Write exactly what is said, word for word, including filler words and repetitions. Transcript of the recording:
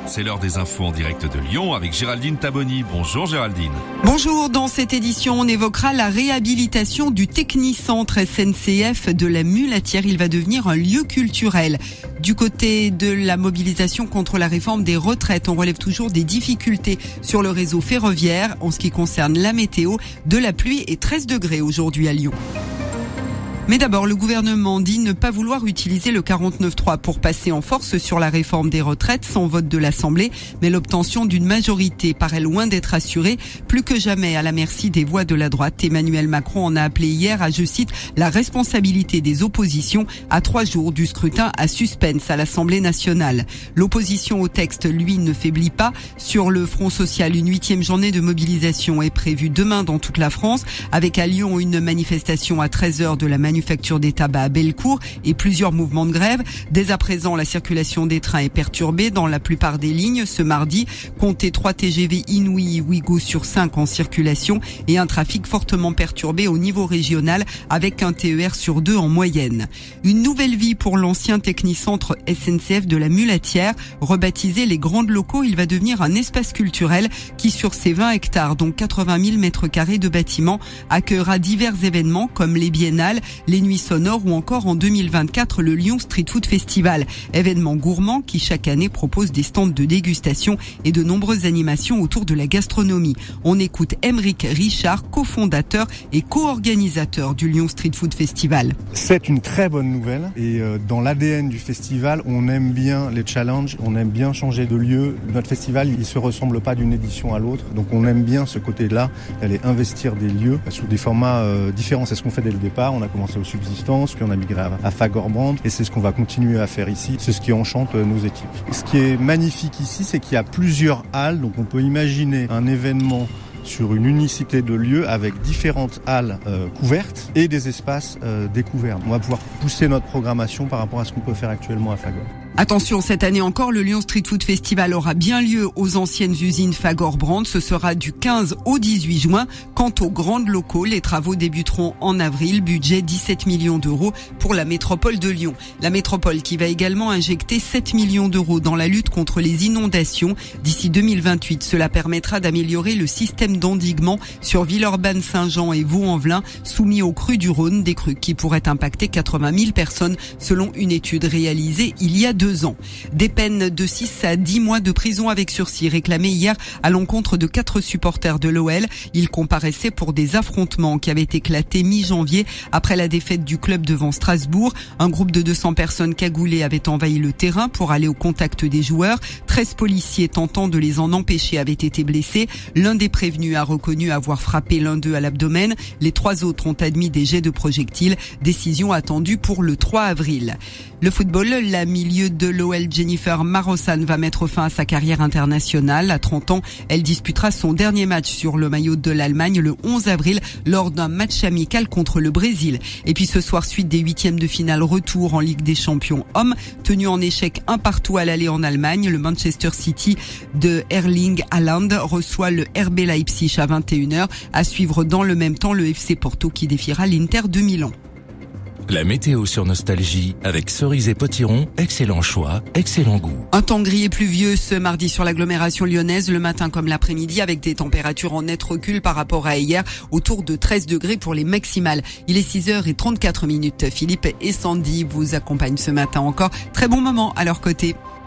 C'est l'heure des infos en direct de Lyon avec Géraldine Taboni. Bonjour Géraldine. Bonjour, dans cette édition, on évoquera la réhabilitation du Technicentre S N C F de la Mulatière. Il va devenir un lieu culturel. Du côté de la mobilisation contre la réforme des retraites, on relève toujours des difficultés sur le réseau ferroviaire. En ce qui concerne la météo, de la pluie et treize degrés aujourd'hui à Lyon. Mais d'abord, le gouvernement dit ne pas vouloir utiliser le quarante-neuf trois pour passer en force sur la réforme des retraites sans vote de l'Assemblée. Mais l'obtention d'une majorité paraît loin d'être assurée, plus que jamais à la merci des voix de la droite. Emmanuel Macron en a appelé hier à, je cite, la responsabilité des oppositions à trois jours du scrutin à suspense à l'Assemblée nationale. L'opposition au texte, lui, ne faiblit pas. Sur le Front social, une huitième journée de mobilisation est prévue demain dans toute la France, avec à Lyon une manifestation à treize heures de la manufacture des tabacs à Bellecour et plusieurs mouvements de grève. Dès à présent, la circulation des trains est perturbée dans la plupart des lignes. Ce mardi, comptez trois T G V Inouï Ouigo sur cinq en circulation et un trafic fortement perturbé au niveau régional avec un T E R sur deux en moyenne. Une nouvelle vie pour l'ancien Technicentre S N C F de la Mulatière. Rebaptisé les Grandes Locaux, il va devenir un espace culturel qui, sur ses vingt hectares, dont quatre-vingt mille mètres carrés de bâtiments, accueillera divers événements comme les biennales, les nuits sonores ou encore en deux mille vingt-quatre le Lyon Street Food Festival. Événement gourmand qui chaque année propose des stands de dégustation et de nombreuses animations autour de la gastronomie. On écoute Aymeric Richard, cofondateur et co-organisateur du Lyon Street Food Festival. C'est une très bonne nouvelle et dans l'A D N du festival, on aime bien les challenges, on aime bien changer de lieu. Notre festival, il se ressemble pas d'une édition à l'autre, donc on aime bien ce côté-là, aller investir des lieux sous des formats euh, différents. C'est ce qu'on fait dès le départ. On a commencé aux subsistances, puis on a migré à Fagor-Brand et c'est ce qu'on va continuer à faire ici. C'est ce qui enchante nos équipes. Ce qui est magnifique ici, c'est qu'il y a plusieurs halles, donc on peut imaginer un événement sur une unicité de lieux avec différentes halles euh, couvertes et des espaces euh, découverts. On va pouvoir pousser notre programmation par rapport à ce qu'on peut faire actuellement à Fagor. Attention, cette année encore, le Lyon Street Food Festival aura bien lieu aux anciennes usines Fagor-Brand. Ce sera du quinze au dix-huit juin. Quant aux grandes locaux, les travaux débuteront en avril. Budget dix-sept millions d'euros pour la métropole de Lyon. La métropole qui va également injecter sept millions d'euros dans la lutte contre les inondations. D'ici deux mille vingt-huit, cela permettra d'améliorer le système d'endiguement sur Villeurbanne-Saint-Jean et Vaux-en-Velin, soumis aux crues du Rhône, des crues qui pourraient impacter quatre-vingt mille personnes selon une étude réalisée il y a deux ans. Des peines de six à dix mois de prison avec sursis réclamées hier à l'encontre de quatre supporters de l'O L. Ils comparaissaient pour des affrontements qui avaient éclaté mi-janvier après la défaite du club devant Strasbourg. Un groupe de deux cents personnes cagoulées avait envahi le terrain pour aller au contact des joueurs. treize policiers tentant de les en empêcher avaient été blessés. L'un des prévenus a reconnu avoir frappé l'un d'eux à l'abdomen. Les trois autres ont admis des jets de projectiles. Décision attendue pour le trois avril. Le football, la milieu de l'O L Jennifer Marosan va mettre fin à sa carrière internationale. À trente ans, elle disputera son dernier match sur le maillot de l'Allemagne le onze avril lors d'un match amical contre le Brésil. Et puis ce soir, suite des huitièmes de finale retour en Ligue des Champions hommes, tenu en échec un partout à l'aller en Allemagne, le Manchester City de Erling Haaland reçoit le R B Leipzig à vingt et une heures. À suivre dans le même temps le F C Porto qui défiera l'Inter de Milan. La météo sur Nostalgie avec Cerise et Potiron, excellent choix, excellent goût. Un temps gris et pluvieux ce mardi sur l'agglomération lyonnaise, le matin comme l'après-midi, avec des températures en net recul par rapport à hier, autour de treize degrés pour les maximales. Il est six heures trente-quatre minutes. Philippe et Sandy vous accompagnent ce matin encore. Très bon moment à leur côté.